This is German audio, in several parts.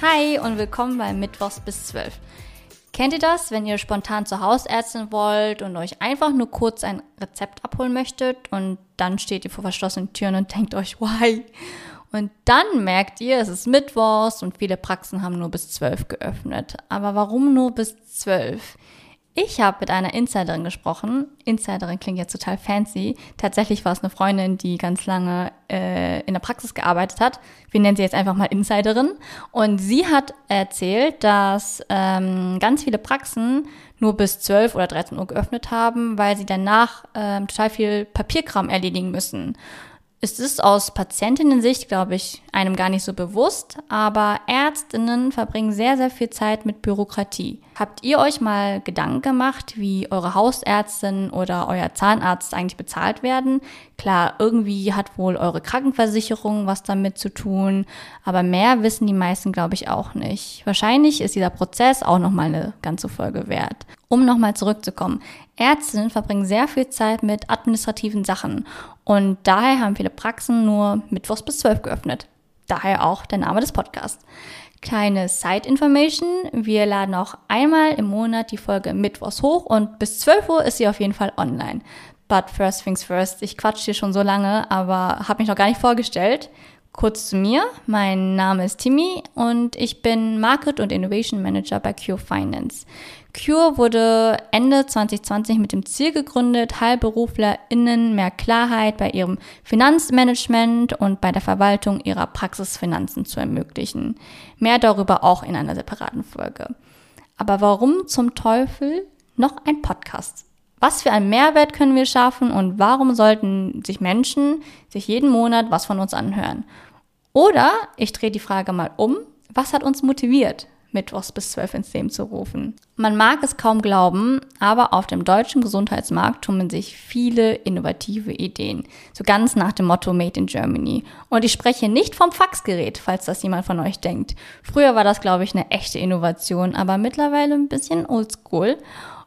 Hi und willkommen bei Mittwochs bis 12. Kennt ihr das, wenn ihr spontan zur Hausärztin wollt und euch einfach nur kurz ein Rezept abholen möchtet und dann steht ihr vor verschlossenen Türen und denkt euch, why? Und dann merkt ihr, es ist Mittwochs und viele Praxen haben nur bis 12 geöffnet. Aber warum nur bis 12? Ich habe mit einer Insiderin gesprochen. Insiderin klingt jetzt total fancy. Tatsächlich war es eine Freundin, die ganz lange in der Praxis gearbeitet hat. Wir nennen sie jetzt einfach mal Insiderin. Und sie hat erzählt, dass ganz viele Praxen nur bis 12 oder 13 Uhr geöffnet haben, weil sie danach total viel Papierkram erledigen müssen. Es ist aus Patientinnen-Sicht, glaube ich, einem gar nicht so bewusst, aber Ärztinnen verbringen sehr, sehr viel Zeit mit Bürokratie. Habt ihr euch mal Gedanken gemacht, wie eure Hausärztin oder euer Zahnarzt eigentlich bezahlt werden? Klar, irgendwie hat wohl eure Krankenversicherung was damit zu tun, aber mehr wissen die meisten, glaube ich, auch nicht. Wahrscheinlich ist dieser Prozess auch nochmal eine ganze Folge wert. Um nochmal zurückzukommen, Ärztinnen verbringen sehr viel Zeit mit administrativen Sachen und daher haben viele Praxen nur Mittwochs bis 12 geöffnet. Daher auch der Name des Podcasts. Kleine Side-Information, wir laden auch einmal im Monat die Folge Mittwochs hoch und bis 12 Uhr ist sie auf jeden Fall online. But first things first, ich quatsche hier schon so lange, aber habe mich noch gar nicht vorgestellt. Kurz zu mir, mein Name ist Timmy und ich bin Market- und Innovation Manager bei Cure Finance. Cure wurde Ende 2020 mit dem Ziel gegründet, HeilberuflerInnen mehr Klarheit bei ihrem Finanzmanagement und bei der Verwaltung ihrer Praxisfinanzen zu ermöglichen. Mehr darüber auch in einer separaten Folge. Aber warum zum Teufel noch ein Podcast? Was für einen Mehrwert können wir schaffen und warum sollten sich Menschen jeden Monat was von uns anhören? Oder, ich drehe die Frage mal um, was hat uns motiviert, Mittwochs bis 12 ins Leben zu rufen? Man mag es kaum glauben, aber auf dem deutschen Gesundheitsmarkt tummeln sich viele innovative Ideen. So ganz nach dem Motto Made in Germany. Und ich spreche nicht vom Faxgerät, falls das jemand von euch denkt. Früher war das, glaube ich, eine echte Innovation, aber mittlerweile ein bisschen oldschool.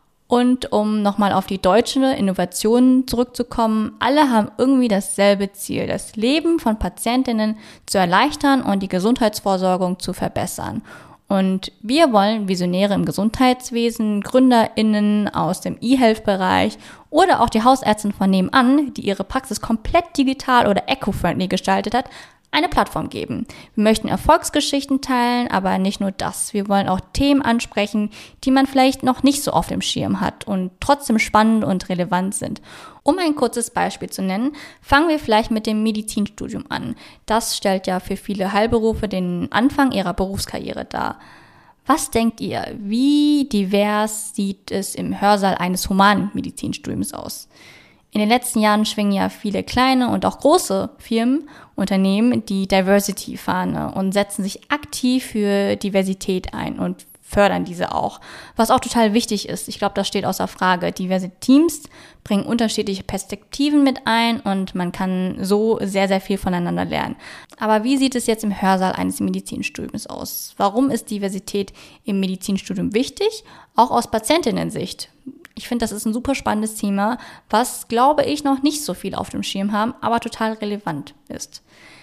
Und um nochmal auf die deutsche Innovation zurückzukommen, alle haben irgendwie dasselbe Ziel, das Leben von Patientinnen zu erleichtern und die Gesundheitsvorsorgung zu verbessern. Und wir wollen Visionäre im Gesundheitswesen, GründerInnen aus dem E-Health-Bereich oder auch die Hausärztin von nebenan, die ihre Praxis komplett digital oder eco-friendly gestaltet hat, eine Plattform geben. Wir möchten Erfolgsgeschichten teilen, aber nicht nur das. Wir wollen auch Themen ansprechen, die man vielleicht noch nicht so auf dem Schirm hat und trotzdem spannend und relevant sind. Um ein kurzes Beispiel zu nennen, fangen wir vielleicht mit dem Medizinstudium an. Das stellt ja für viele Heilberufe den Anfang ihrer Berufskarriere dar. Was denkt ihr, wie divers sieht es im Hörsaal eines Humanmedizinstudiums aus? In den letzten Jahren schwingen ja viele kleine und auch große Firmen, Unternehmen die Diversity-Fahne und setzen sich aktiv für Diversität ein und fördern diese auch, was auch total wichtig ist. Ich glaube, das steht außer Frage. Diverse Teams bringen unterschiedliche Perspektiven mit ein und man kann so sehr, sehr viel voneinander lernen. Aber wie sieht es jetzt im Hörsaal eines Medizinstudiums aus? Warum ist Diversität im Medizinstudium wichtig? Auch aus Patientinnen-Sicht. Ich finde, das ist ein super spannendes Thema, was, glaube ich, noch nicht so viel auf dem Schirm haben, aber total relevant ist.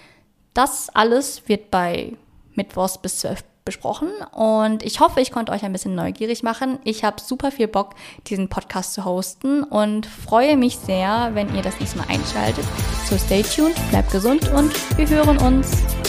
Das alles wird bei Mittwochs bis 12 besprochen und ich hoffe, ich konnte euch ein bisschen neugierig machen. Ich habe super viel Bock, diesen Podcast zu hosten und freue mich sehr, wenn ihr das nächste Mal einschaltet. So stay tuned, bleibt gesund und wir hören uns.